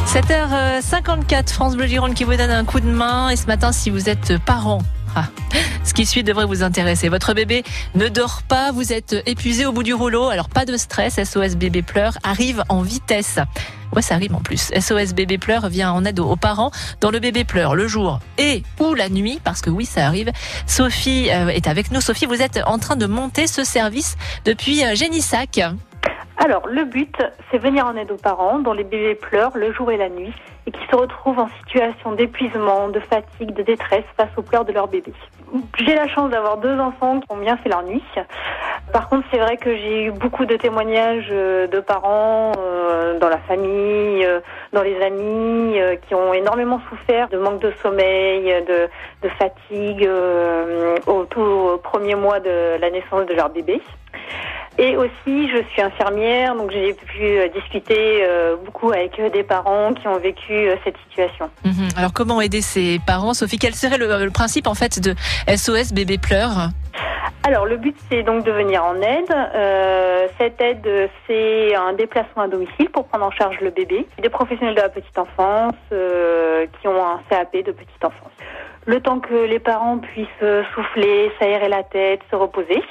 7h54, France Bleu Gironde qui vous donne un coup de main. Et ce matin, si vous êtes parent, ce qui suit devrait vous intéresser. Votre bébé ne dort pas, vous êtes épuisé au bout du rouleau. Alors pas de stress, SOS Bébé Pleure arrive en vitesse. Ouais, ça rime en plus. SOS Bébé Pleure vient en aide aux parents dont le bébé pleure le jour et ou la nuit, parce que oui, ça arrive. Sophie est avec nous. Sophie, vous êtes en train de monter ce service depuis Génissac. Alors, le but, c'est venir en aide aux parents dont les bébés pleurent le jour et la nuit et qui se retrouvent en situation d'épuisement, de fatigue, de détresse face aux pleurs de leur bébé. J'ai la chance d'avoir 2 enfants qui ont bien fait leur nuit. Par contre, c'est vrai que j'ai eu beaucoup de témoignages de parents dans la famille, dans les amis, qui ont énormément souffert de manque de sommeil, de fatigue au tout premier mois de la naissance de leur bébé. Et aussi, je suis infirmière, donc j'ai pu discuter beaucoup avec des parents qui ont vécu cette situation. Alors, comment aider ces parents, Sophie? Quel serait le principe en fait de SOS Bébé Pleure? Alors, le but, c'est donc de venir en aide. Cette aide, c'est un déplacement à domicile pour prendre en charge le bébé. Des professionnels de la petite enfance qui ont un CAP de petite enfance. Le temps que les parents puissent souffler, s'aérer la tête, se reposer.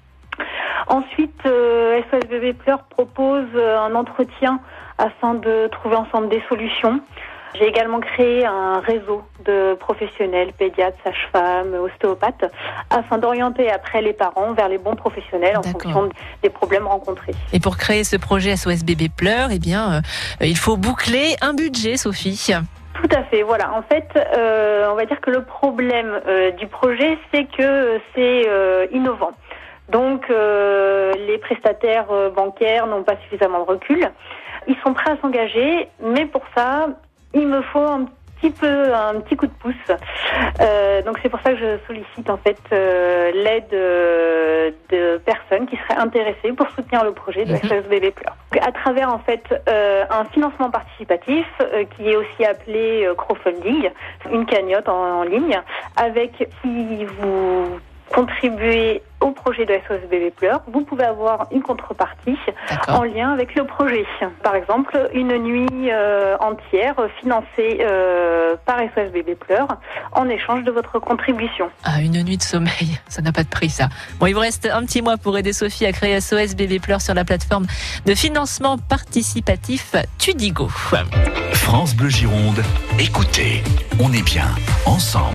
Ensuite, SOS Bébé Pleure propose un entretien afin de trouver ensemble des solutions. J'ai également créé un réseau de professionnels, pédiatres, sages-femmes, ostéopathes, afin d'orienter après les parents vers les bons professionnels en fonction des problèmes rencontrés. Et pour créer ce projet SOS Bébé Pleure, eh bien, il faut boucler un budget, Sophie. Tout à fait, voilà. En fait, on va dire que le problème du projet, c'est que c'est innovant. Donc, les prestataires bancaires n'ont pas suffisamment de recul. Ils sont prêts à s'engager, mais pour ça, il me faut un petit coup de pouce. Donc, c'est pour ça que je sollicite en fait l'aide de personnes qui seraient intéressées pour soutenir le projet de SOS Bébé Pleure. À travers en fait un financement participatif qui est aussi appelé crowdfunding, une cagnotte en ligne, avec qui vous contribuer au projet de SOS Bébé Pleure, vous pouvez avoir une contrepartie en lien avec le projet. Par exemple, une nuit entière financée par SOS Bébé Pleure en échange de votre contribution. Ah, une nuit de sommeil, ça n'a pas de prix ça. Bon, il vous reste un petit mois pour aider Sophie à créer SOS Bébé Pleure sur la plateforme de financement participatif Tudigo. France Bleu Gironde, écoutez, on est bien ensemble.